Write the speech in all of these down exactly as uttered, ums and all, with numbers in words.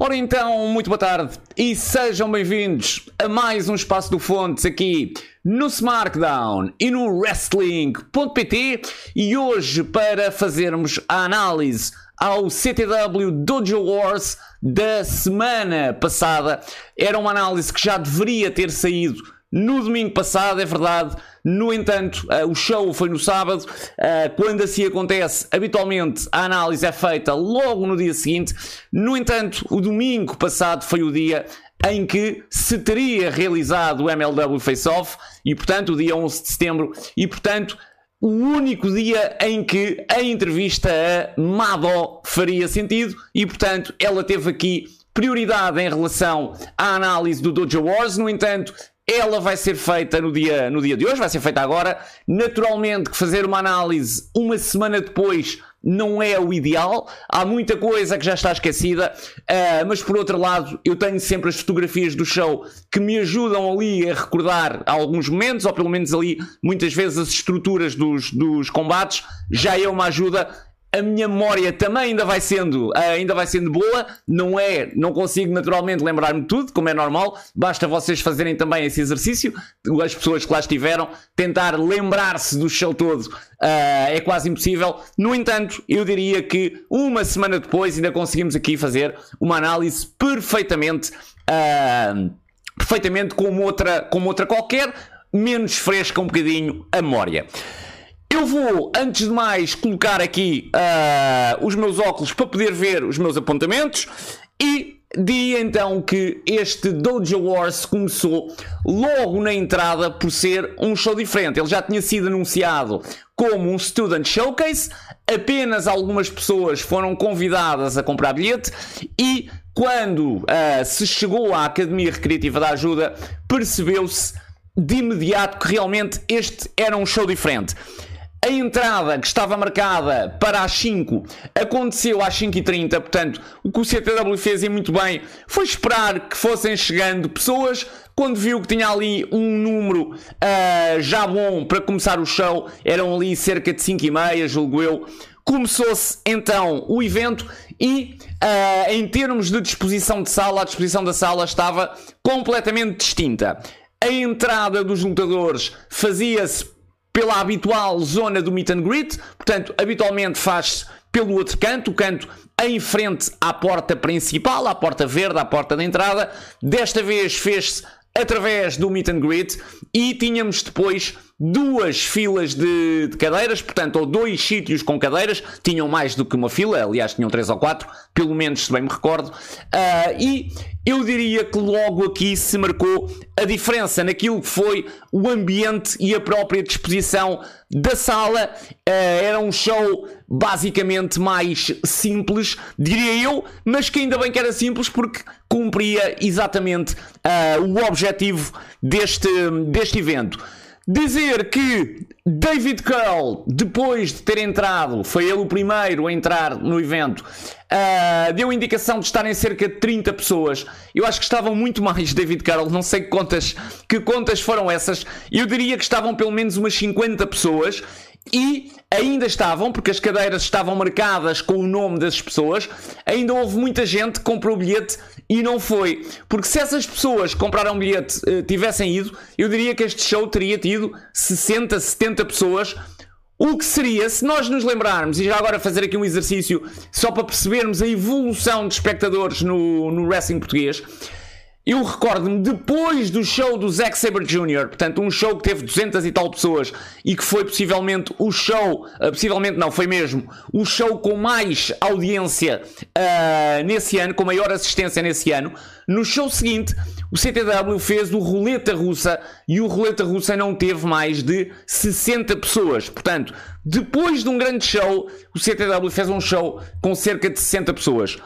Ora então, muito boa tarde e sejam bem-vindos a mais um Espaço do Fontes aqui no SmackDown e no Wrestling ponto pt, e hoje para fazermos a análise ao C T W Dojo Wars da semana passada. Era uma análise que já deveria ter saído no domingo passado, é verdade. No entanto, uh, o show foi no sábado. Uh, quando assim acontece, habitualmente a análise é feita logo no dia seguinte. No entanto, o domingo passado foi o dia em que se teria realizado o M L W Face Off, e portanto o dia onze de setembro, e portanto o único dia em que a entrevista a Mado faria sentido, e portanto ela teve aqui prioridade em relação à análise do Dojo Wars. No entanto, ela vai ser feita no dia, no dia de hoje, vai ser feita agora. Naturalmente que fazer uma análise uma semana depois não é o ideal, há muita coisa que já está esquecida, uh, mas por outro lado eu tenho sempre as fotografias do show que me ajudam ali a recordar alguns momentos, ou pelo menos ali muitas vezes as estruturas dos, dos combates, já é uma ajuda. A minha memória também ainda vai sendo, ainda vai sendo boa, não é, não consigo naturalmente lembrar-me de tudo, como é normal, basta vocês fazerem também esse exercício, as pessoas que lá estiveram, tentar lembrar-se do show todo, uh, é quase impossível. No entanto, eu diria que uma semana depois ainda conseguimos aqui fazer uma análise perfeitamente, uh, perfeitamente como outra, como outra qualquer, menos fresca um bocadinho a memória. Eu vou, antes de mais, colocar aqui uh, os meus óculos para poder ver os meus apontamentos, e diria então que este Dojo Wars começou logo na entrada por ser um show diferente. Ele já tinha sido anunciado como um Student Showcase, apenas algumas pessoas foram convidadas a comprar bilhete, e quando uh, se chegou à Academia Recreativa da Ajuda, percebeu-se de imediato que realmente este era um show diferente. A entrada, que estava marcada para as cinco, aconteceu às cinco e trinta, portanto, o que o C T W fez, e muito bem, foi esperar que fossem chegando pessoas. Quando viu que tinha ali um número uh, já bom para começar o show, eram ali cerca de cinco e meia, julgo eu, começou-se então o evento, e uh, em termos de disposição de sala, a disposição da sala estava completamente distinta. A entrada dos lutadores fazia-se pela habitual zona do meet and greet, portanto, habitualmente faz-se pelo outro canto, o canto em frente à porta principal, à porta verde, à porta de entrada. Desta vez fez-se através do meet and greet, e tínhamos depois duas filas de, de cadeiras, portanto, ou dois sítios com cadeiras. Tinham mais do que uma fila, aliás tinham três ou quatro, pelo menos se bem me recordo, uh, e eu diria que logo aqui se marcou a diferença naquilo que foi o ambiente e a própria disposição da sala. Uh, era um show basicamente mais simples, diria eu, mas que ainda bem que era simples, porque cumpria exatamente uh, o objetivo deste, deste evento. Dizer que David Curl, depois de ter entrado, foi ele o primeiro a entrar no evento, uh, deu indicação de estarem cerca de trinta pessoas. Eu acho que estavam muito mais, David Curl, não sei que contas, que contas foram essas. Eu diria que estavam pelo menos umas cinquenta pessoas, e ainda estavam, porque as cadeiras estavam marcadas com o nome das pessoas, ainda houve muita gente que comprou o bilhete e não foi. Porque se essas pessoas que compraram o bilhete uh, tivessem ido, eu diria que este show teria tido sessenta, setenta pessoas. O que seria, se nós nos lembrarmos, e já agora fazer aqui um exercício só para percebermos a evolução de espectadores no, no wrestling português. Eu recordo-me, depois do show do Zack Sabre Júnior, portanto um show que teve duzentas e tal pessoas, e que foi possivelmente o show, uh, possivelmente não, foi mesmo o show com mais audiência uh, nesse ano, com maior assistência nesse ano. No show seguinte, o C T W fez o Roleta Russa, e o Roleta Russa não teve mais de sessenta pessoas. Portanto, depois de um grande show, o C T W fez um show com cerca de sessenta pessoas.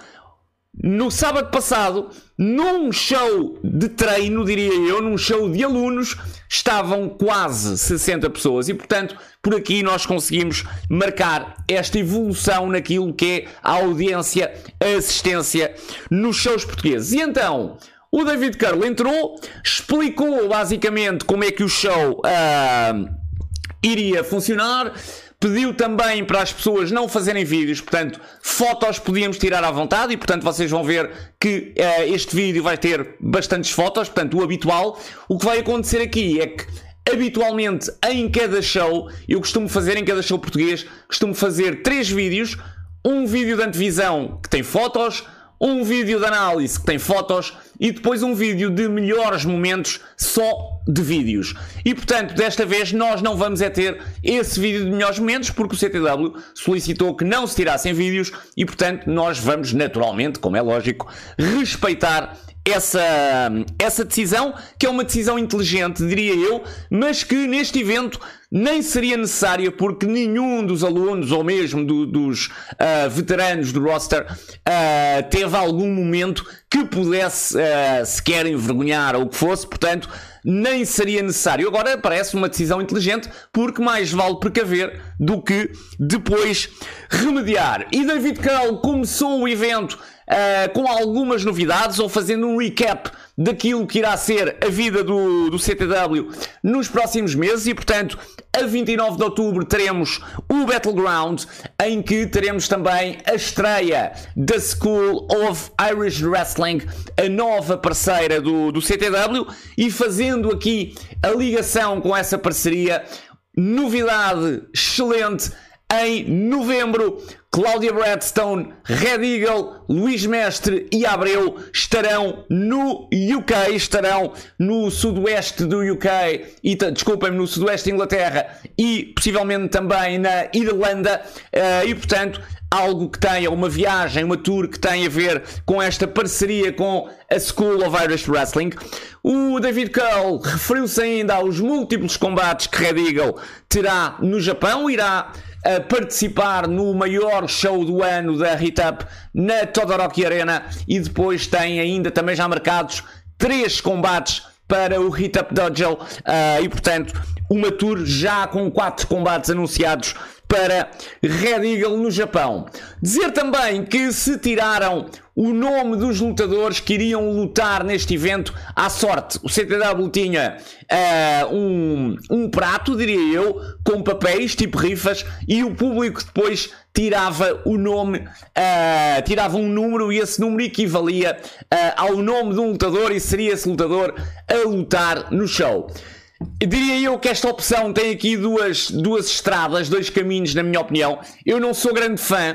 No sábado passado, num show de treino, diria eu, num show de alunos, estavam quase sessenta pessoas, e portanto por aqui nós conseguimos marcar esta evolução naquilo que é a audiência, a assistência nos shows portugueses. E então o David Curl entrou, explicou basicamente como é que o show uh, iria funcionar. pediu também para as pessoas não fazerem vídeos, portanto, fotos podíamos tirar à vontade e, portanto, vocês vão ver que uh, este vídeo vai ter bastantes fotos, portanto, o habitual. O que vai acontecer aqui é que, habitualmente, em cada show, eu costumo fazer, em cada show português, costumo fazer três vídeos, um vídeo de antevisão que tem fotos, um vídeo de análise que tem fotos e depois um vídeo de melhores momentos só de vídeos. E portanto, desta vez nós não vamos é ter esse vídeo de melhores momentos porque o C T W solicitou que não se tirassem vídeos e portanto nós vamos naturalmente, como é lógico, respeitar essa, essa decisão, que é uma decisão inteligente, diria eu, mas que neste evento nem seria necessária porque nenhum dos alunos ou mesmo do, dos uh, veteranos do roster uh, teve algum momento que pudesse uh, sequer envergonhar ou o que fosse, portanto nem seria necessário. Agora parece uma decisão inteligente porque mais vale precaver do que depois remediar. E David Curl começou o evento uh, com algumas novidades ou fazendo um recap daquilo que irá ser a vida do, do C T W nos próximos meses e, portanto, a vinte e nove de outubro teremos o Battleground, em que teremos também a estreia da School of Irish Wrestling, a nova parceira do, do C T W, e fazendo aqui a ligação com essa parceria, novidade excelente, em novembro, Cláudia Bradstone, Red Eagle, Luís Mestre e Abreu estarão no U K, estarão no sudoeste do U K, e desculpem-me, no sudoeste da Inglaterra e possivelmente também na Irlanda, uh, e portanto algo que tenha uma viagem, uma tour que tem a ver com esta parceria com a School of Irish Wrestling. O David Curl referiu-se ainda aos múltiplos combates que Red Eagle terá no Japão, irá a participar no maior show do ano da Hit Up na Todoroki Arena e depois tem ainda também já marcados três combates para o Hit Up Dojo uh, e portanto uma tour já com quatro combates anunciados para Red Eagle no Japão. Dizer também que se tiraram o nome dos lutadores que iriam lutar neste evento à sorte. O C T W tinha uh, um, um prato, diria eu, com papéis, tipo rifas, e o público depois tirava o nome, uh, tirava um número e esse número equivalia uh, ao nome de um lutador e seria esse lutador a lutar no show. Diria eu que esta opção tem aqui duas, duas estradas, dois caminhos, na minha opinião. Eu não sou grande fã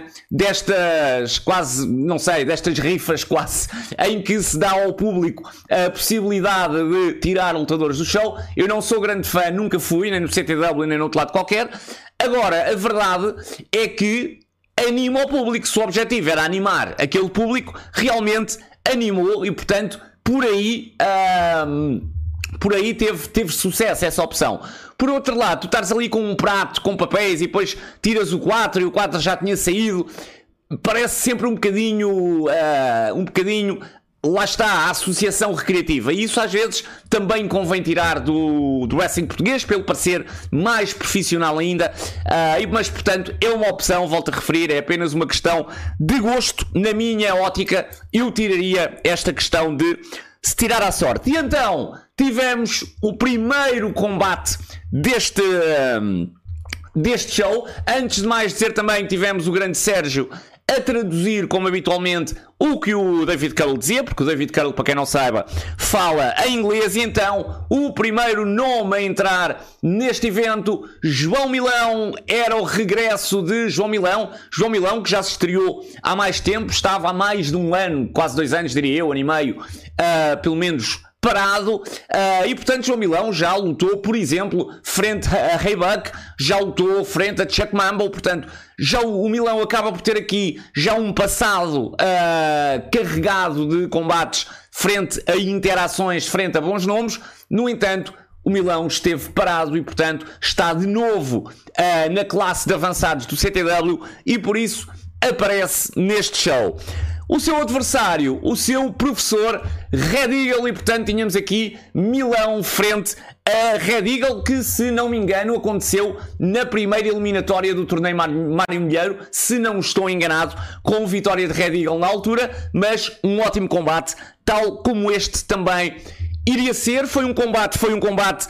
destas, quase, não sei, destas rifas quase, em que se dá ao público a possibilidade de tirar lutadores do show. Eu não sou grande fã, nunca fui, nem no C T W, nem no outro lado qualquer. Agora, a verdade é que anima o público. Se o objetivo era animar aquele público, realmente animou e, portanto, por aí... Hum, Por aí teve, teve sucesso essa opção. Por outro lado, tu estás ali com um prato com papéis e depois tiras o quatro e o quatro já tinha saído. Parece sempre um bocadinho, uh, um bocadinho, lá está, a associação recreativa. E isso às vezes também convém tirar do, do wrestling português, pelo parecer mais profissional ainda. Uh, mas, portanto, é uma opção, volto a referir, é apenas uma questão de gosto. Na minha ótica, eu tiraria esta questão de se tirar à sorte. E então, tivemos o primeiro combate deste, um, deste show. Antes de mais dizer também que tivemos o grande Sérgio a traduzir, como habitualmente, o que o David Curl dizia, porque o David Curl, para quem não saiba, fala em inglês. E então, o primeiro nome a entrar neste evento, João Milão, era o regresso de João Milão. João Milão, que já se estreou há mais tempo, estava há mais de um ano, quase dois anos, diria eu, ano e meio, uh, pelo menos parado, uh, e portanto João Milão já lutou, por exemplo, frente a Haybuck, já lutou frente a Chuck Mambo, portanto já o, o Milão acaba por ter aqui já um passado uh, carregado de combates frente a interações, frente a bons nomes. No entanto, o Milão esteve parado e portanto está de novo uh, na classe de avançados do C T W e por isso aparece neste show. O seu adversário, o seu professor, Red Eagle, e portanto tínhamos aqui Milão frente a Red Eagle, que se não me engano aconteceu na primeira eliminatória do torneio Mário Milheiro, se não estou enganado, com vitória de Red Eagle na altura, mas um ótimo combate, tal como este também iria ser. Foi um combate, foi um combate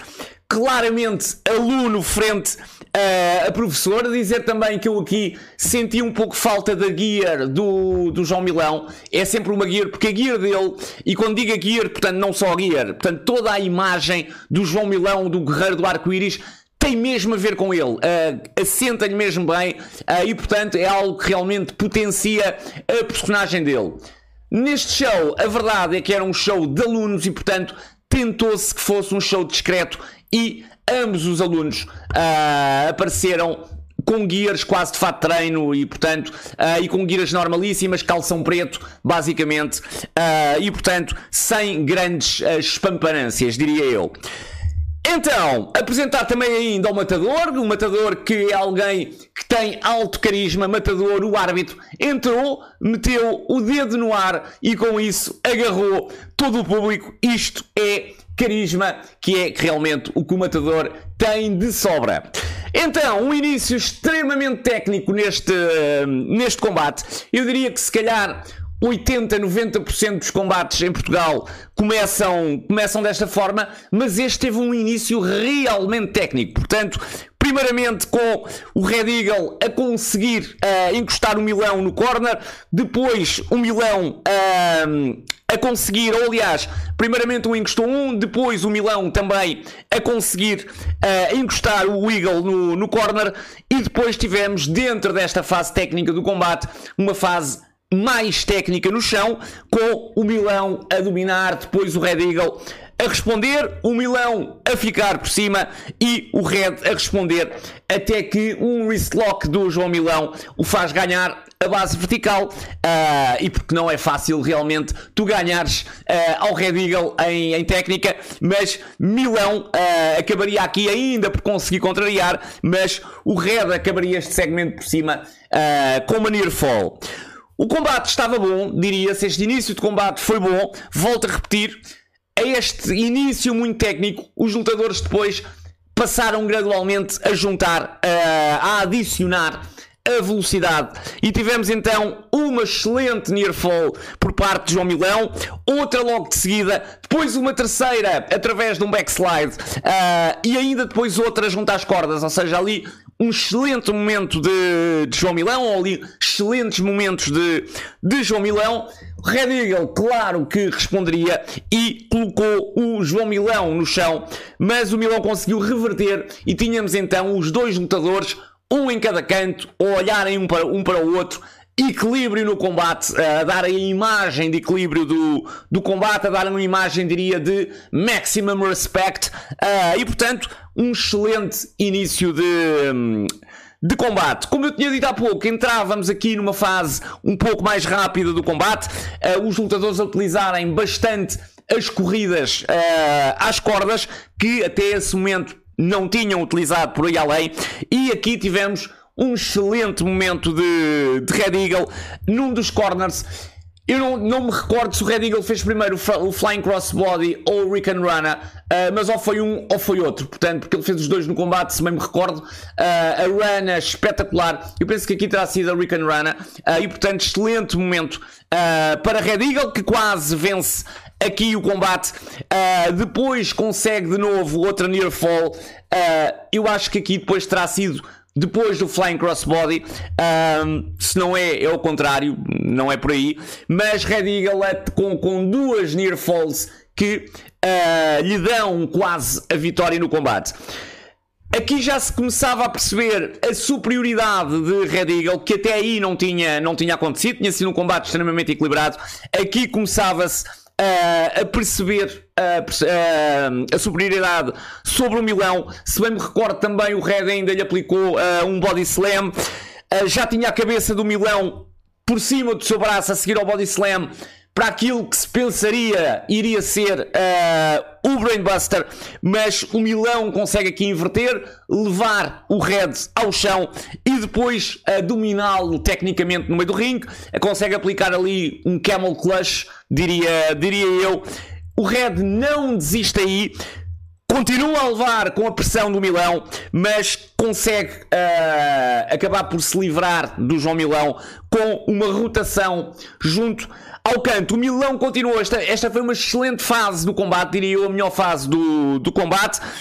claramente aluno frente uh, a professor. Dizer também que eu aqui senti um pouco falta da gear do, do João Milão. É sempre uma gear, porque a gear dele, e quando digo a gear, portanto não só a gear, portanto toda a imagem do João Milão, do guerreiro do arco-íris, tem mesmo a ver com ele, uh, assenta-lhe mesmo bem, uh, e portanto é algo que realmente potencia a personagem dele. Neste show, a verdade é que era um show de alunos e portanto tentou-se que fosse um show discreto, e ambos os alunos uh, apareceram com gears quase de fato de treino e portanto uh, e com gears normalíssimas, calção preto basicamente, uh, e portanto sem grandes uh, espampanâncias, diria eu. Então, apresentar também ainda o Matador, o Matador que é alguém que tem alto carisma. Matador, o árbitro, entrou, meteu o dedo no ar e com isso agarrou todo o público. Isto é carisma, que é realmente o que o Matador tem de sobra. Então, um início extremamente técnico neste, neste combate. Eu diria que se calhar oitenta, noventa por cento dos combates em Portugal começam, começam desta forma, mas este teve um início realmente técnico. Portanto, primeiramente com o Red Eagle a conseguir uh, encostar o Milão no corner, depois o Milão uh, a conseguir, ou aliás, primeiramente o encostou um, depois o Milão também a conseguir uh, encostar o Eagle no, no corner, e depois tivemos dentro desta fase técnica do combate uma fase mais técnica no chão, com o Milão a dominar, depois o Red Eagle a responder, o Milão a ficar por cima e o Red a responder, até que um wristlock do João Milão o faz ganhar a base vertical, uh, e porque não é fácil realmente tu ganhares uh, ao Red Eagle em, em técnica, mas Milão uh, acabaria aqui ainda por conseguir contrariar, mas o Red acabaria este segmento por cima uh, com uma near fall. O combate estava bom, diria-se, este início de combate foi bom. Volto a repetir, a este início muito técnico, os lutadores depois passaram gradualmente a juntar, a adicionar a velocidade, e tivemos então uma excelente near fall por parte de João Milão, outra logo de seguida, depois uma terceira através de um backslide, uh, e ainda depois outra junto às cordas, ou seja, ali um excelente momento de, de João Milão, ou ali excelentes momentos de, de João Milão. Red Eagle, claro que responderia e colocou o João Milão no chão, mas o Milão conseguiu reverter e tínhamos então os dois lutadores, um em cada canto, a olharem um para, um para o outro, equilíbrio no combate, a darem a imagem de equilíbrio do, do combate, a darem uma imagem, diria, de maximum respect, uh, e portanto um excelente início de, de combate. Como eu tinha dito há pouco, entrávamos aqui numa fase um pouco mais rápida do combate, uh, os lutadores a utilizarem bastante as corridas uh, às cordas, que até esse momento não tinham utilizado por aí além, e aqui tivemos um excelente momento de, de Red Eagle num dos corners. Eu não, não me recordo se o Red Eagle fez primeiro o, o Flying Crossbody ou o Rican Rana, uh, mas ou foi um ou foi outro, portanto, porque ele fez os dois no combate, se bem me recordo. Uh, a Rana espetacular, eu penso que aqui terá sido a Rican Rana, uh, e portanto excelente momento uh, para Red Eagle, que quase vence aqui o combate. Uh, depois consegue de novo outra near fall. Uh, eu acho que aqui depois terá sido depois do Flying Crossbody, um, se não é, é o contrário, não é por aí, mas Red Eagle é com, com duas near falls que uh, lhe dão quase a vitória no combate. Aqui já se começava a perceber a superioridade de Red Eagle, que até aí não tinha, não tinha acontecido, tinha sido um combate extremamente equilibrado. Aqui começava-se Uh, a perceber uh, uh, a superioridade sobre o Milão. Se bem me recordo também, o Red ainda lhe aplicou uh, um body slam, uh, já tinha a cabeça do Milão por cima do seu braço a seguir ao body slam, para aquilo que se pensaria iria ser uh, o Brainbuster, mas o Milão consegue aqui inverter, levar o Red ao chão e depois uh, dominá-lo tecnicamente no meio do ringue, uh, consegue aplicar ali um Camel Clutch, diria, diria eu. O Red não desiste aí, continua a levar com a pressão do Milão, mas consegue uh, acabar por se livrar do João Milão com uma rotação junto ao canto. O Milão continuou, esta, esta foi uma excelente fase do combate, diria eu, a melhor fase do, do combate.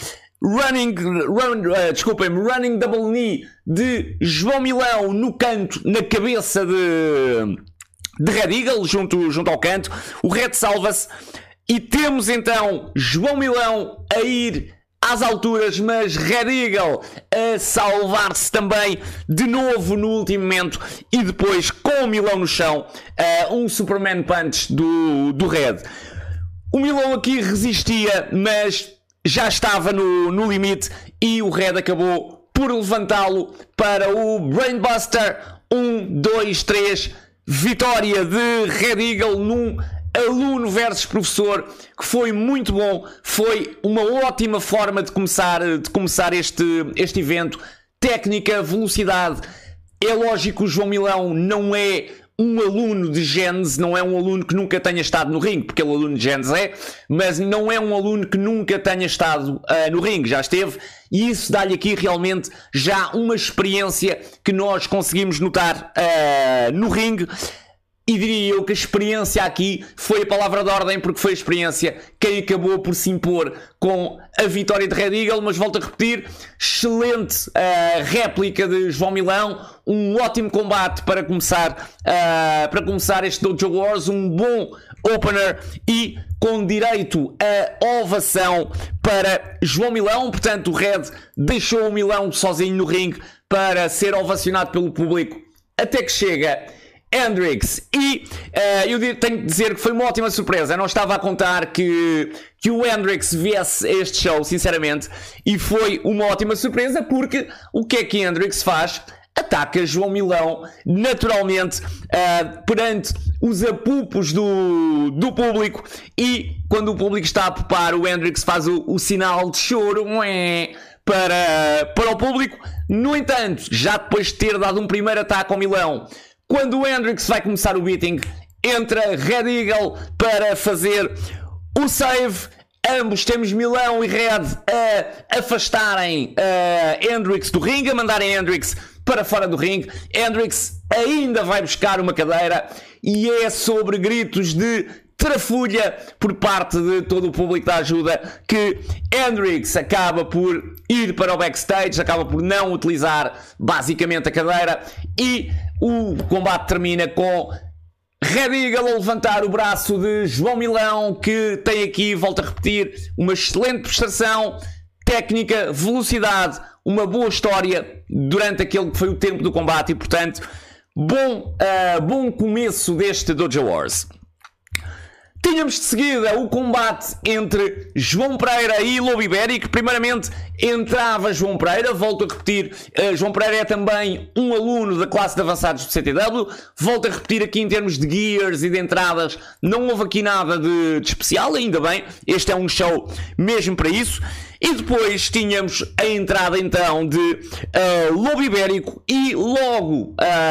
running, run, uh, desculpem-me, running double knee de João Milão no canto, na cabeça de, de Red Eagle, junto, junto ao canto. O Red salva-se e temos então João Milão a ir às alturas, mas Red Eagle a salvar-se também de novo no último momento e depois com o Milão no chão, uh, um Superman Punch do, do Red. O Milão aqui resistia, mas já estava no, no limite e o Red acabou por levantá-lo para o Brainbuster. Um, dois, três, vitória de Red Eagle num aluno versus professor, que foi muito bom, foi uma ótima forma de começar, de começar este, este evento. Técnica, velocidade. É lógico que o João Milão não é um aluno de Genes, não é um aluno que nunca tenha estado no ringue, porque ele é aluno de Genes é, mas não é um aluno que nunca tenha estado uh, no ringue, já esteve, e isso dá-lhe aqui realmente já uma experiência que nós conseguimos notar uh, no ringue. E diria eu que a experiência aqui foi a palavra de ordem, porque foi a experiência quem acabou por se impor com a vitória de Red Eagle. Mas volto a repetir, excelente uh, réplica de João Milão, um ótimo combate para começar, uh, para começar este Dojo Wars, um bom opener e com direito a ovação para João Milão. Portanto, o Red deixou o Milão sozinho no ringue para ser ovacionado pelo público, até que chega Hendrix. E uh, eu tenho que dizer que foi uma ótima surpresa. Eu não estava a contar que, que o Hendrix viesse a este show, sinceramente, e foi uma ótima surpresa, porque o que é que Hendrix faz? Ataca João Milão naturalmente uh, perante os apupos do, do público, e quando o público está a apupar, o Hendrix faz o, o sinal de choro para, para o público. No entanto, já depois de ter dado um primeiro ataque ao Milão, quando o Hendrix vai começar o beating, entra Red Eagle para fazer o save. Ambos temos Milão e Red a afastarem uh, Hendrix do ringue, a mandarem Hendrix para fora do ringue. Hendrix ainda vai buscar uma cadeira e é sobre gritos de trafulha por parte de todo o público da ajuda que Hendrix acaba por ir para o backstage, acaba por não utilizar basicamente a cadeira, e o combate termina com Red Eagle a levantar o braço de João Milão, que tem aqui, volto a repetir, uma excelente prestação, técnica, velocidade, uma boa história durante aquele que foi o tempo do combate e, portanto, bom, uh, bom começo deste Dojo Wars. Tínhamos de seguida o combate entre João Pereira e Lobo Ibérico. Primeiramente entrava João Pereira, volto a repetir, uh, João Pereira é também um aluno da classe de avançados do C T W. Volto a repetir aqui em termos de gears e de entradas, não houve aqui nada de, de especial, ainda bem, este é um show mesmo para isso. E depois tínhamos a entrada então de uh, Lobo Ibérico, e logo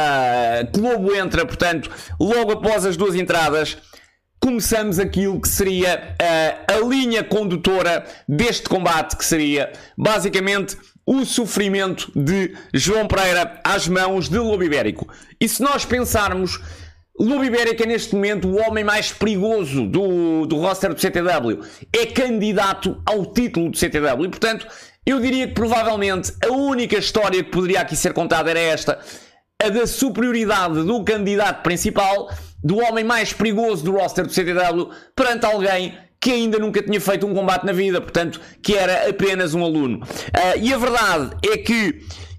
uh, que Lobo entra, portanto, logo após as duas entradas, começamos aquilo que seria uh, a linha condutora deste combate, que seria basicamente o sofrimento de João Pereira às mãos de Lobo Ibérico. E se nós pensarmos, Lobo Ibérico é neste momento o homem mais perigoso do, do roster do C T W, é candidato ao título do C T W, e portanto eu diria que provavelmente a única história que poderia aqui ser contada era esta, a da superioridade do candidato principal, do homem mais perigoso do roster do C T W, perante alguém que ainda nunca tinha feito um combate na vida, portanto, que era apenas um aluno. Uh, e a verdade é que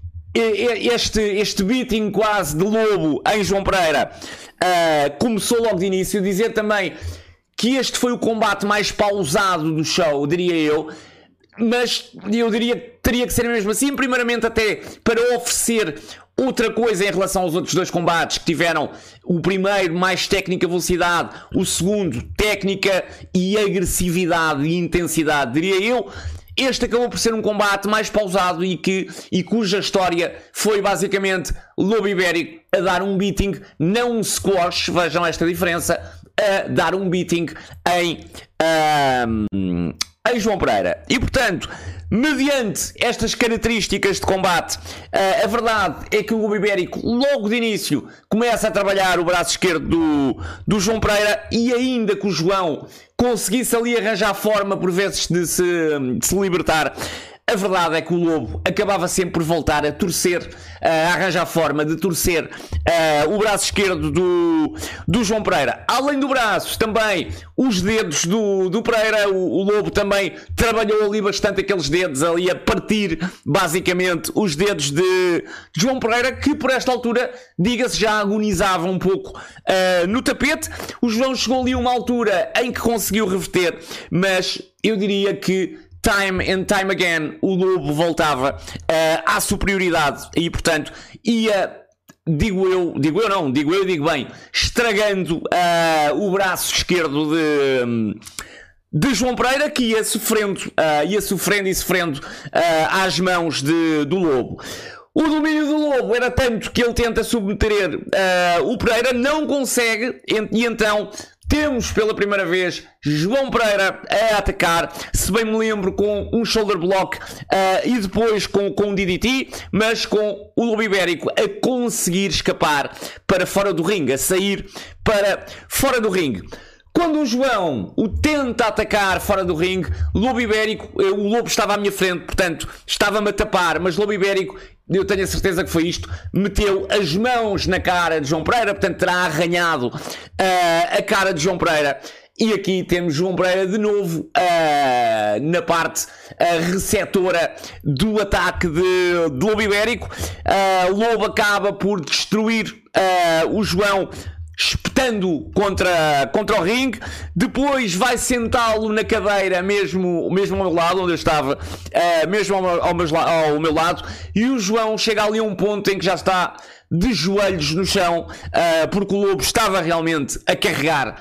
este, este beating quase de Lobo em João Pereira uh, começou logo de início. Dizer também que este foi o combate mais pausado do show, diria eu, mas eu diria que teria que ser mesmo assim, primeiramente até para oferecer outra coisa em relação aos outros dois combates que tiveram. O primeiro mais técnica e velocidade, o segundo técnica e agressividade e intensidade, diria eu. Este acabou por ser um combate mais pausado e, que, e cuja história foi basicamente Lobo Ibérico a dar um beating, não um squash, vejam esta diferença, a dar um beating em, um, em João Pereira. E portanto, mediante estas características de combate, uh, a verdade é que o Lobo Ibérico logo de início começa a trabalhar o braço esquerdo do, do João Pereira, e ainda que o João conseguisse ali arranjar forma por vezes de se, de se libertar, A verdade é que o Lobo acabava sempre por voltar a torcer, a arranjar forma de torcer uh, o braço esquerdo do, do João Pereira. Além do braço, também os dedos do, do Pereira. O, o Lobo também trabalhou ali bastante aqueles dedos, ali a partir basicamente os dedos de João Pereira, que por esta altura, diga-se, já agonizava um pouco uh, no tapete. O João chegou ali a uma altura em que conseguiu reverter, mas eu diria que time and time again o Lobo voltava uh, à superioridade e, portanto, ia, digo eu, digo eu não, digo eu, digo bem, estragando uh, o braço esquerdo de, de João Pereira, que ia sofrendo, uh, ia sofrendo e sofrendo uh, às mãos de, do Lobo. O domínio do Lobo era tanto que ele tenta submeter uh, o Pereira, não consegue, e então temos pela primeira vez João Pereira a atacar, se bem me lembro, com um shoulder block uh, e depois com, com um D D T, mas com o Lobo Ibérico a conseguir escapar para fora do ringue, a sair para fora do ringue. Quando o João o tenta atacar fora do ringue, Lobo Ibérico, o Lobo estava à minha frente, portanto, estava-me a tapar, mas Lobo Ibérico, eu tenho a certeza que foi isto, meteu as mãos na cara de João Pereira, portanto terá arranhado uh, a cara de João Pereira. E aqui temos João Pereira de novo uh, na parte uh, receptora do ataque de, de Lobo Ibérico. Uh, Lobo acaba por destruir uh, o João, espetando contra, contra o ringue, depois vai sentá-lo na cadeira mesmo, mesmo ao meu lado, onde eu estava, uh, mesmo ao, ao, meu, ao meu lado, e o João chega ali a um ponto em que já está de joelhos no chão, uh, porque o Lobo estava realmente a carregar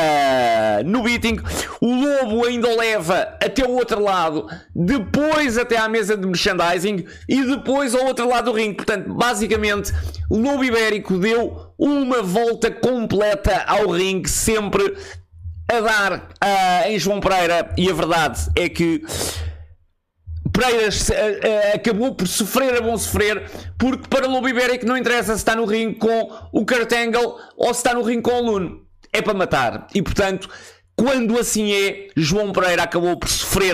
uh, no beating. O Lobo ainda o leva até o outro lado, depois até à mesa de merchandising e depois ao outro lado do ringue. Portanto, basicamente, o Lobo Ibérico deu uma volta completa ao ringue, sempre a dar uh, em João Pereira, e a verdade é que Pereira uh, acabou por sofrer a bom sofrer, porque para o Lobo Ibérico não interessa se está no ringue com o Kurt Angle ou se está no ringue com o Luno, é para matar. E portanto, quando assim é, João Pereira acabou por sofrer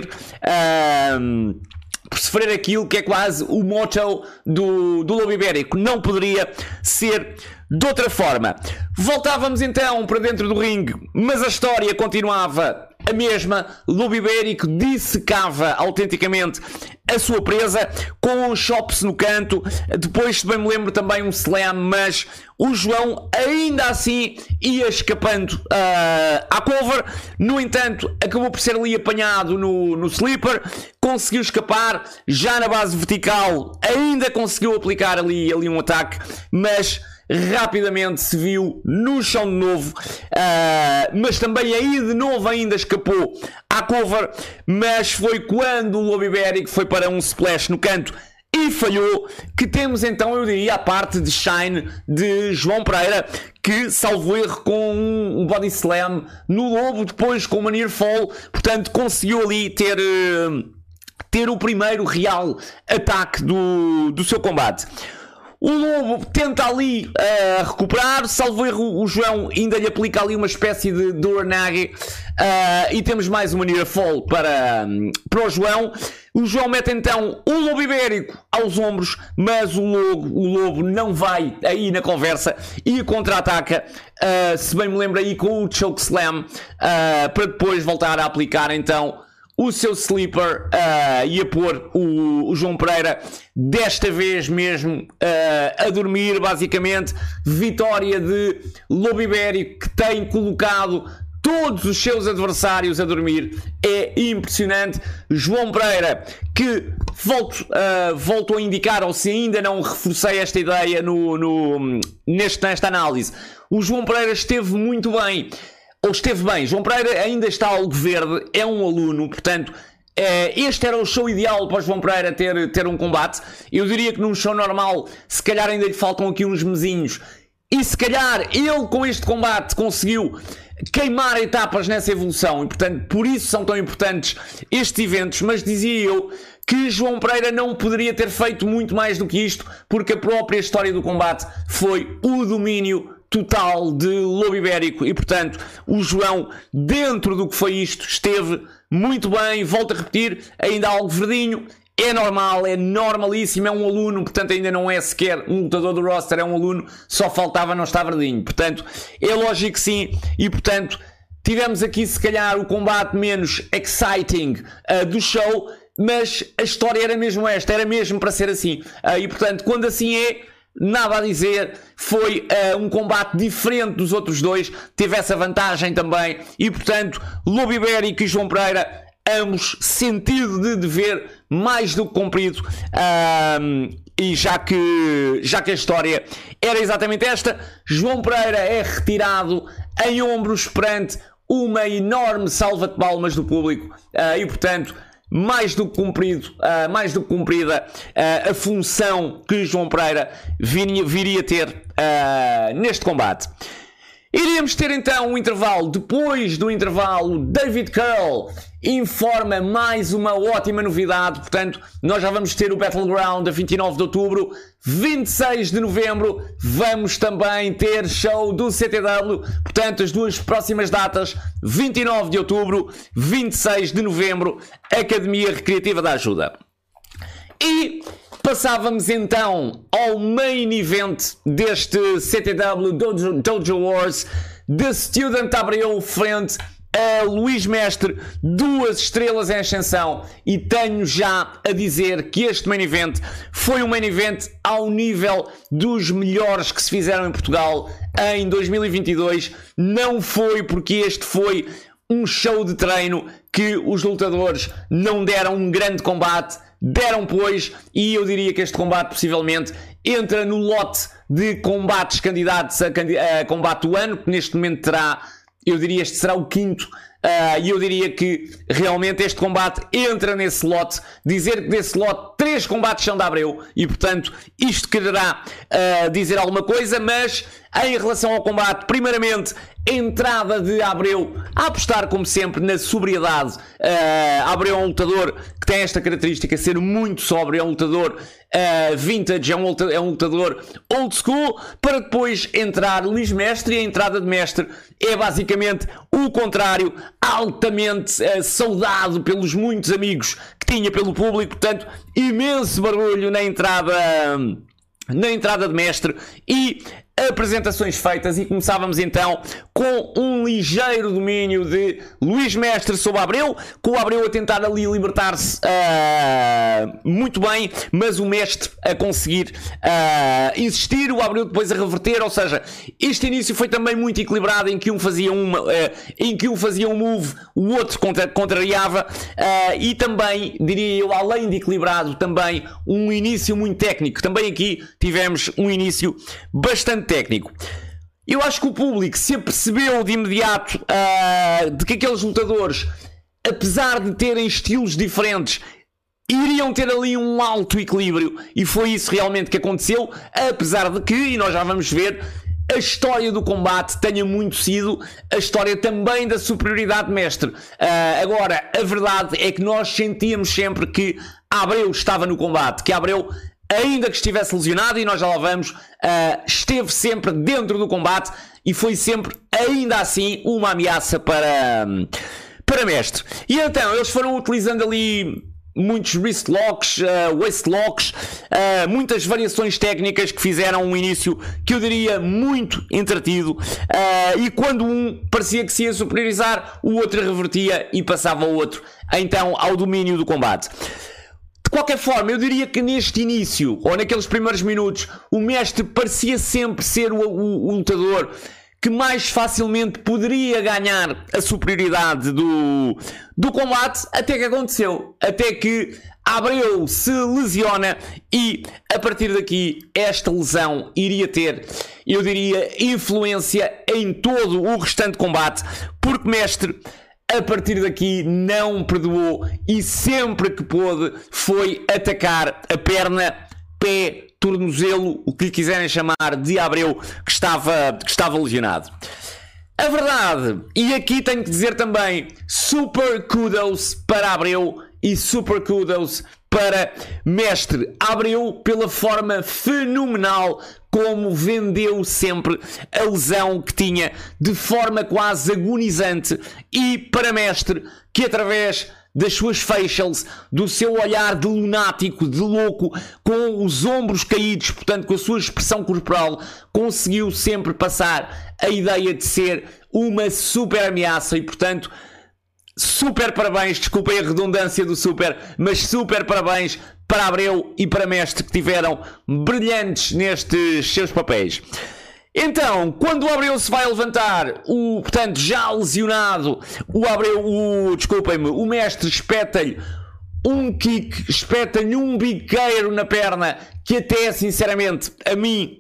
uh, por sofrer aquilo que é quase o motto do, do Lobo Ibérico. Não poderia ser de outra forma. Voltávamos então para dentro do ringue, mas a história continuava a mesma. Lobo Ibérico dissecava autenticamente a sua presa com um chops no canto, depois, se bem me lembro, também um slam, mas o João ainda assim ia escapando uh, à cover. No entanto, acabou por ser ali apanhado no, no sleeper, conseguiu escapar, já na base vertical ainda conseguiu aplicar ali, ali um ataque, mas rapidamente se viu no chão de novo, uh, mas também aí de novo ainda escapou à cover, mas foi quando o Lobo Ibérico foi para um splash no canto e falhou, que temos então, eu diria, a parte de shine de João Pereira, que, salvo erro, com um body slam no Lobo, depois com uma near fall, portanto conseguiu ali ter, uh, ter o primeiro real ataque do, do seu combate. O Lobo tenta ali uh, recuperar, salvo erro, o João ainda lhe aplica ali uma espécie de Doranagi, uh, e temos mais uma near fall para, um, para o João. O João mete então o Lobo Ibérico aos ombros, mas o Lobo, o Lobo não vai aí na conversa e contra-ataca, uh, se bem me lembro aí, com o chokeslam, uh, para depois voltar a aplicar então o seu sleeper uh, e a pôr o, o João Pereira, desta vez mesmo, uh, a dormir, basicamente. Vitória de Lobo Ibérico, que tem colocado todos os seus adversários a dormir. É impressionante. João Pereira, que volto, uh, volto a indicar, ou se ainda não reforcei esta ideia no, no, neste, nesta análise, o João Pereira esteve muito bem. Ou esteve bem. João Pereira ainda está algo verde, é um aluno, portanto, este era o show ideal para o João Pereira ter, ter um combate. Eu diria que num show normal, se calhar ainda lhe faltam aqui uns mesinhos, e se calhar ele com este combate conseguiu queimar etapas nessa evolução, e portanto por isso são tão importantes estes eventos. Mas dizia eu que João Pereira não poderia ter feito muito mais do que isto, porque a própria história do combate foi o domínio total de Lobo Ibérico, e portanto o João, dentro do que foi isto, esteve muito bem. Volto a repetir, ainda algo verdinho, é normal, é normalíssimo, é um aluno, portanto ainda não é sequer um lutador do roster, é um aluno, só faltava não estar verdinho. Portanto, é lógico que sim, e portanto, tivemos aqui se calhar o combate menos exciting uh, do show, mas a história era mesmo esta, era mesmo para ser assim. Uh, e portanto, quando assim é, nada a dizer, foi uh, um combate diferente dos outros dois, teve essa vantagem também, e portanto, Lobo Ibérico e João Pereira, ambos sentido de dever mais do que cumprido, um, e já que, já que a história era exatamente esta, João Pereira é retirado em ombros perante uma enorme salva de palmas do público, uh, e portanto, mais do que cumprido, uh, mais do que cumprida uh, a função que João Pereira viria, viria ter uh, neste combate. Iríamos ter então um intervalo. Depois do intervalo, David Curl informa mais uma ótima novidade. Portanto, nós já vamos ter o Battleground a vinte e nove de outubro, vinte e seis de novembro. Vamos também ter show do C T W. Portanto, as duas próximas datas, vinte e nove de outubro, vinte e seis de novembro, Academia Recreativa da Ajuda. E passávamos então ao main event deste C T W Dojo, Dojo Wars, The Student Abreu frente a Luís Mestre, duas estrelas em ascensão, e tenho já a dizer que este main event foi um main event ao nível dos melhores que se fizeram em Portugal em dois mil e vinte e dois. Não foi porque este foi um show de treino que os lutadores não deram um grande combate, deram pois, e eu diria que este combate possivelmente entra no lote de combates candidatos a, a combate do ano, que neste momento terá, eu diria este será o quinto, uh, e eu diria que realmente este combate entra nesse lote. Dizer que desse lote três combates são da Abreu, e portanto isto quererá uh, dizer alguma coisa, mas em relação ao combate, primeiramente, entrada de Abreu a apostar como sempre na sobriedade. uh, Abreu é um lutador que tem esta característica, ser muito sóbrio, é um lutador uh, vintage, é um, é um lutador old school, para depois entrar Luís Mestre, e a entrada de Mestre é basicamente o contrário, altamente uh, saudado pelos muitos amigos que tinha pelo público, portanto imenso barulho na entrada, na entrada de Mestre, e apresentações feitas, e começávamos então com um ligeiro domínio de Luís Mestre sobre Abreu, com o Abreu a tentar ali libertar-se uh, muito bem, mas o Mestre a conseguir uh, insistir, o Abreu depois a reverter. Ou seja, este início foi também muito equilibrado, em que um fazia, uma, uh, em que um, fazia um move, o outro contra, contrariava, uh, e também, diria eu, além de equilibrado, também um início muito técnico. Também aqui tivemos um início bastante técnico. Eu acho que o público se apercebeu de imediato uh, de que aqueles lutadores, apesar de terem estilos diferentes, iriam ter ali um alto equilíbrio, e foi isso realmente que aconteceu, apesar de que, e nós já vamos ver, a história do combate tenha muito sido a história também da superioridade de Mestre. Uh, agora, a verdade é que nós sentíamos sempre que Abreu estava no combate, que Abreu, ainda que estivesse lesionado, e nós já lá vamos, uh, esteve sempre dentro do combate, e foi sempre, ainda assim, uma ameaça para, para Mestre. E então, eles foram utilizando ali muitos wrist locks, uh, waist locks, uh, muitas variações técnicas que fizeram um início que eu diria muito entretido, uh, e quando um parecia que se ia superiorizar, o outro revertia e passava o outro então ao domínio do combate. De qualquer forma, eu diria que neste início, ou naqueles primeiros minutos, o Mestre parecia sempre ser o, o, o lutador que mais facilmente poderia ganhar a superioridade do, do combate, até que aconteceu. Até que Abreu se lesiona, e a partir daqui esta lesão iria ter, eu diria, influência em todo o restante combate, porque Mestre, a partir daqui, não perdoou, e sempre que pôde foi atacar a perna, pé, tornozelo, o que lhe quiserem chamar, de Abreu, que estava, que estava lesionado. A verdade, e aqui tenho que dizer também, super kudos para Abreu e super kudos para Mestre. Abreu, pela forma fenomenal como vendeu sempre a lesão que tinha de forma quase agonizante, e para mestre que através das suas facials, do seu olhar de lunático, de louco, com os ombros caídos, portanto com a sua expressão corporal, conseguiu sempre passar a ideia de ser uma super ameaça. E portanto, super parabéns, desculpem a redundância do super, mas super parabéns para Abreu e para Mestre, que tiveram brilhantes nestes seus papéis. Então, quando o Abreu se vai levantar, o, portanto, já lesionado, o Abreu, o, desculpem-me, o Mestre espeta-lhe um kick, espeta-lhe um biqueiro na perna, que até, sinceramente, a mim,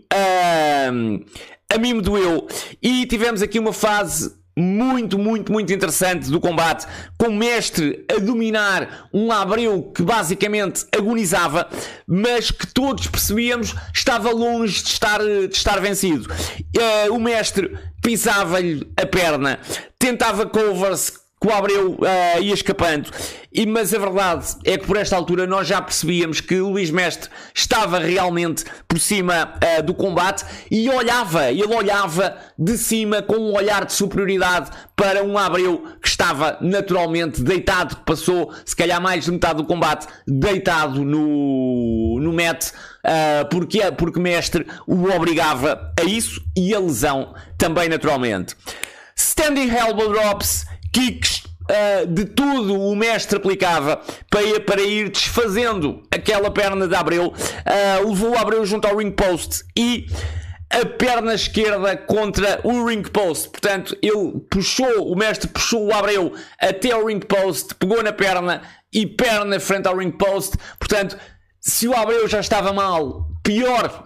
a, a mim me doeu. E tivemos aqui uma fase muito, muito, muito interessante do combate, com o Mestre a dominar um Abreu que basicamente agonizava, mas que todos percebíamos estava longe de estar, de estar vencido. Uh, o Mestre pisava-lhe a perna, tentava covers, que o Abreu uh, ia escapando, e, mas a verdade é que por esta altura nós já percebíamos que o Luís Mestre estava realmente por cima uh, do combate, e olhava, ele olhava de cima com um olhar de superioridade para um Abreu que estava naturalmente deitado, que passou se calhar mais de metade do combate deitado no, no mat, uh, porque, porque Mestre o obrigava a isso, e a lesão também naturalmente. Standing elbow drops, kicks, uh, de tudo o Mestre aplicava para, para ir desfazendo aquela perna de Abreu. Uh, levou o Abreu junto ao ring post e a perna esquerda contra o ring post. Portanto, ele puxou, o Mestre puxou o Abreu até ao ring post, pegou na perna e perna frente ao ring post. Portanto, se o Abreu já estava mal, pior,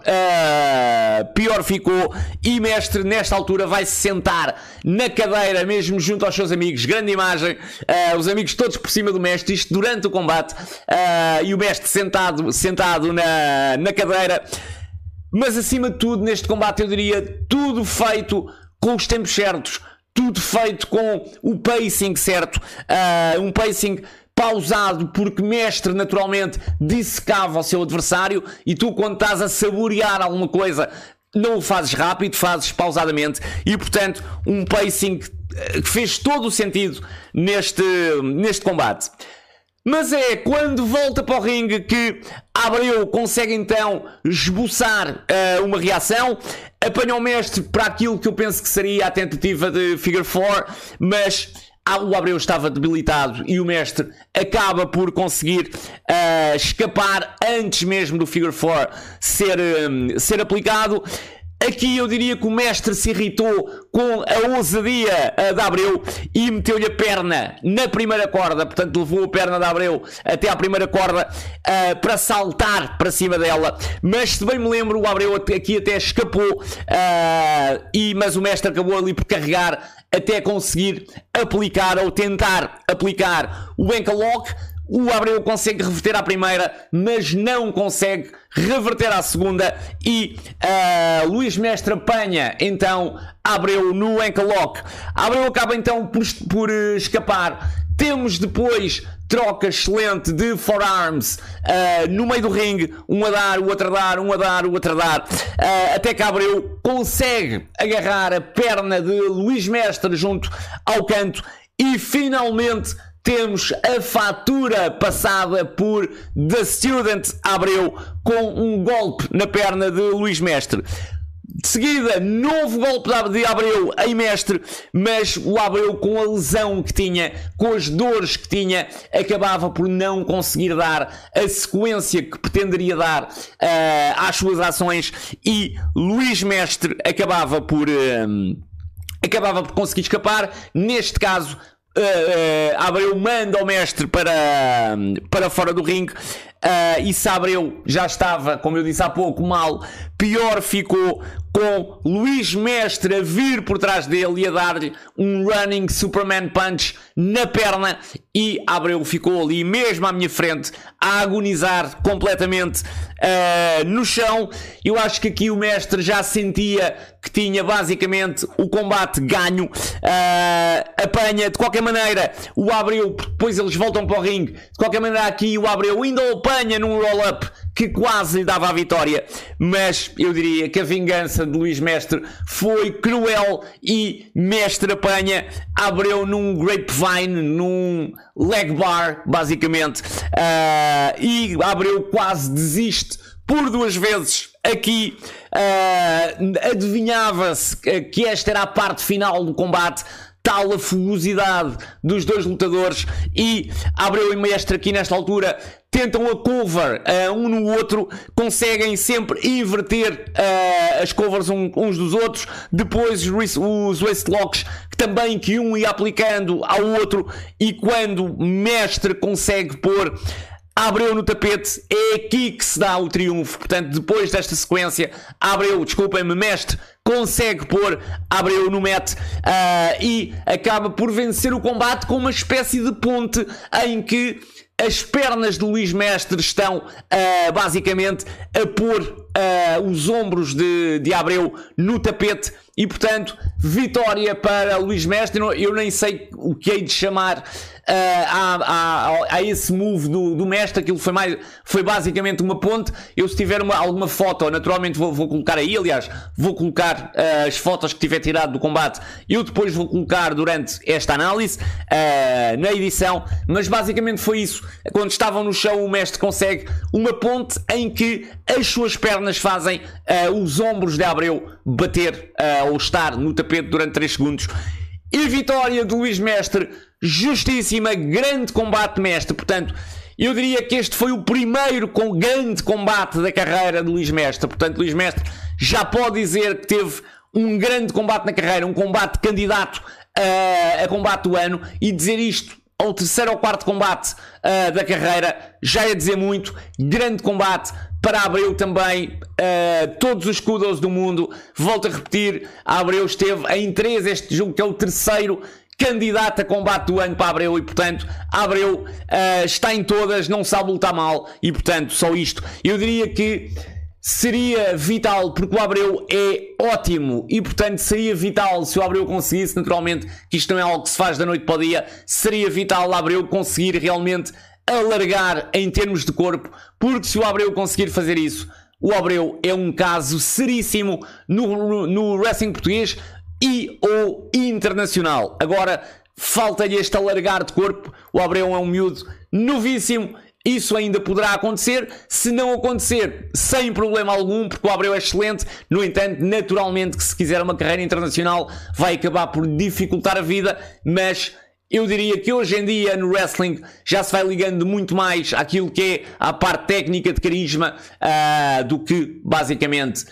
uh, pior ficou, e Mestre nesta altura vai se sentar na cadeira mesmo junto aos seus amigos. Grande imagem, uh, os amigos todos por cima do Mestre, isto durante o combate, uh, e o Mestre sentado, sentado na, na cadeira. Mas acima de tudo neste combate eu diria tudo feito com os tempos certos, tudo feito com o pacing certo, uh, um pacing pausado, porque Mestre naturalmente dissecava o seu adversário, e tu quando estás a saborear alguma coisa não o fazes rápido, fazes pausadamente, e portanto um pacing que fez todo o sentido neste, neste combate. Mas é quando volta para o ringue que Abreu consegue então esboçar uh, uma reação, apanha o Mestre para aquilo que eu penso que seria a tentativa de figure four, mas o Abreu estava debilitado e o Mestre acaba por conseguir uh, escapar antes mesmo do figure four ser, um, ser aplicado. Aqui eu diria que o Mestre se irritou com a ousadia uh, de Abreu e meteu-lhe a perna na primeira corda, portanto levou a perna de Abreu até à primeira corda uh, para saltar para cima dela, mas se bem me lembro o Abreu aqui até escapou, uh, e, mas o Mestre acabou ali por carregar até conseguir aplicar ou tentar aplicar o ankle lock. O Abreu consegue reverter à primeira, mas não consegue reverter à segunda, e uh, Luís Mestre apanha então Abreu no ankle lock. Abreu acaba então por, por uh, escapar. Temos depois troca excelente de forearms uh, no meio do ringue, um a dar, o outro a dar, um a dar, o outro a dar, uh, até que Abreu consegue agarrar a perna de Luís Mestre junto ao canto, e finalmente temos a fatura passada por The Student Abreu com um golpe na perna de Luís Mestre. De seguida, novo golpe de Abreu em Mestre, mas o Abreu, com a lesão que tinha, com as dores que tinha, acabava por não conseguir dar a sequência que pretenderia dar uh, às suas ações, e Luís Mestre acabava por, uh, acabava por conseguir escapar. Neste caso, Uh, uh, Abreu manda o Mestre para, para fora do ringue, uh, e se Abreu já estava, como eu disse há pouco, mal, pior ficou com Luís Mestre a vir por trás dele e a dar-lhe um running Superman Punch na perna, e Abreu ficou ali mesmo à minha frente a agonizar completamente uh, no chão. Eu acho que aqui o Mestre já sentia que tinha basicamente o combate ganho, uh, apanha de qualquer maneira o Abreu, depois eles voltam para o ringue, de qualquer maneira aqui o Abreu ainda o apanha num roll-up que quase lhe dava a vitória, mas eu diria que a vingança de Luís Mestre foi cruel e Mestre apanha Abreu num grapevine, num leg bar basicamente, uh, e Abreu quase desiste por duas vezes. Aqui uh, adivinhava-se que esta era a parte final do combate, tal a fugosidade dos dois lutadores, e Abreu e Mestre aqui nesta altura tentam a cover uh, um no outro, conseguem sempre inverter uh, as covers um, uns dos outros, depois os, os waistlocks que também que um ia aplicando ao outro, e quando Mestre consegue pôr Abreu no tapete, é aqui que se dá o triunfo. Portanto, depois desta sequência, Abreu, desculpem-me, Mestre consegue pôr Abreu no mat uh, e acaba por vencer o combate com uma espécie de ponte em que as pernas de Luís Mestre estão uh, basicamente a pôr uh, os ombros de, de Abreu no tapete, e portanto vitória para Luís Mestre. Eu nem sei o que hei de chamar uh, a, a, a esse move do, do Mestre. Aquilo foi, mais, foi basicamente uma ponte. Eu, se tiver uma, alguma foto, naturalmente vou, vou colocar aí, aliás vou colocar uh, as fotos que tiver tirado do combate, eu depois vou colocar durante esta análise uh, na edição, mas basicamente foi isso. Quando estavam no chão, o Mestre consegue uma ponte em que as suas pernas fazem uh, os ombros de Abreu bater uh, ou estar no tapete durante três segundos. E vitória de Luís Mestre, justíssima, grande combate de Mestre. Portanto, eu diria que este foi o primeiro com grande combate da carreira de Luís Mestre. Portanto, Luís Mestre já pode dizer que teve um grande combate na carreira, um combate candidato uh, a combate do ano, e dizer isto ao terceiro ou quarto combate uh, da carreira já é dizer muito. Grande combate para Abreu também, uh, todos os kudos do mundo. Volto a repetir, a Abreu esteve em três, este jogo que é o terceiro candidato a combate do ano para Abreu, e portanto Abreu uh, está em todas, não sabe lutar mal, e portanto só isto. Eu diria que seria vital, porque o Abreu é ótimo, e portanto seria vital se o Abreu conseguisse, naturalmente que isto não é algo que se faz da noite para o dia, seria vital o Abreu conseguir realmente alargar em termos de corpo, porque se o Abreu conseguir fazer isso, o Abreu é um caso seríssimo no, no, no wrestling português e ou internacional. Agora falta-lhe este alargar de corpo. O Abreu é um miúdo novíssimo. Isso ainda poderá acontecer, se não acontecer, sem problema algum, porque o Abreu é excelente. No entanto, naturalmente que se quiser uma carreira internacional vai acabar por dificultar a vida, mas eu diria que hoje em dia no wrestling já se vai ligando muito mais àquilo que é a parte técnica de carisma uh, do que basicamente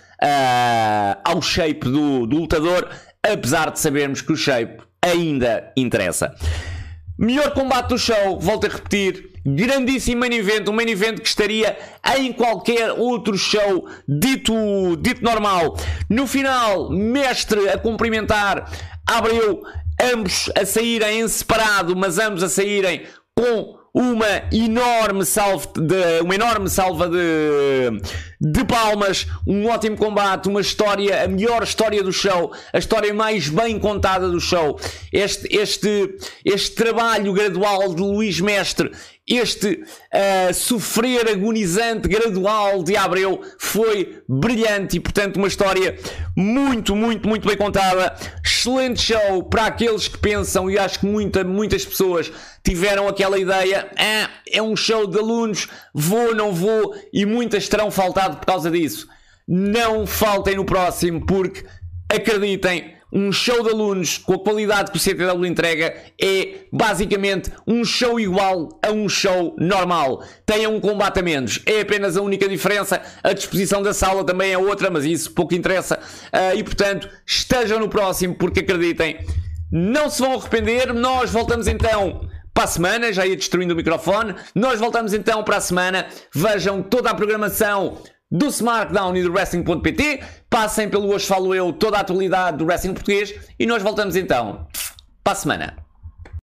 uh, ao shape do, do lutador, apesar de sabermos que o shape ainda interessa. Melhor combate do show, volto a repetir, grandíssimo main event, um main event que estaria em qualquer outro show dito, dito normal. No final, Mestre a cumprimentar Abreu, ambos a saírem em separado, mas ambos a saírem com uma enorme salva de, uma enorme salva de, de palmas. Um ótimo combate, uma história, a melhor história do show, a história mais bem contada do show. Este, este, este trabalho gradual de Luís Mestre, este uh, sofrer agonizante gradual de Abreu foi brilhante, e portanto uma história muito, muito, muito bem contada. Excelente show para aqueles que pensam, e acho que muita, muitas pessoas tiveram aquela ideia, ah, é um show de alunos, vou, não vou, e muitas terão faltado por causa disso. Não faltem no próximo, porque acreditem, um show de alunos com a qualidade que o C T W entrega é basicamente um show igual a um show normal. Tem um combate a menos, é apenas a única diferença. A disposição da sala também é outra, mas isso pouco interessa. Uh, e portanto, estejam no próximo, porque acreditem, não se vão arrepender. Nós voltamos então para a semana, já ia destruindo o microfone. Nós voltamos então para a semana. Vejam toda a programação do SmackDown e do Wrestling ponto pt. Passem pelo Hoje Falo Eu, toda a atualidade do wrestling português, e nós voltamos então para a semana.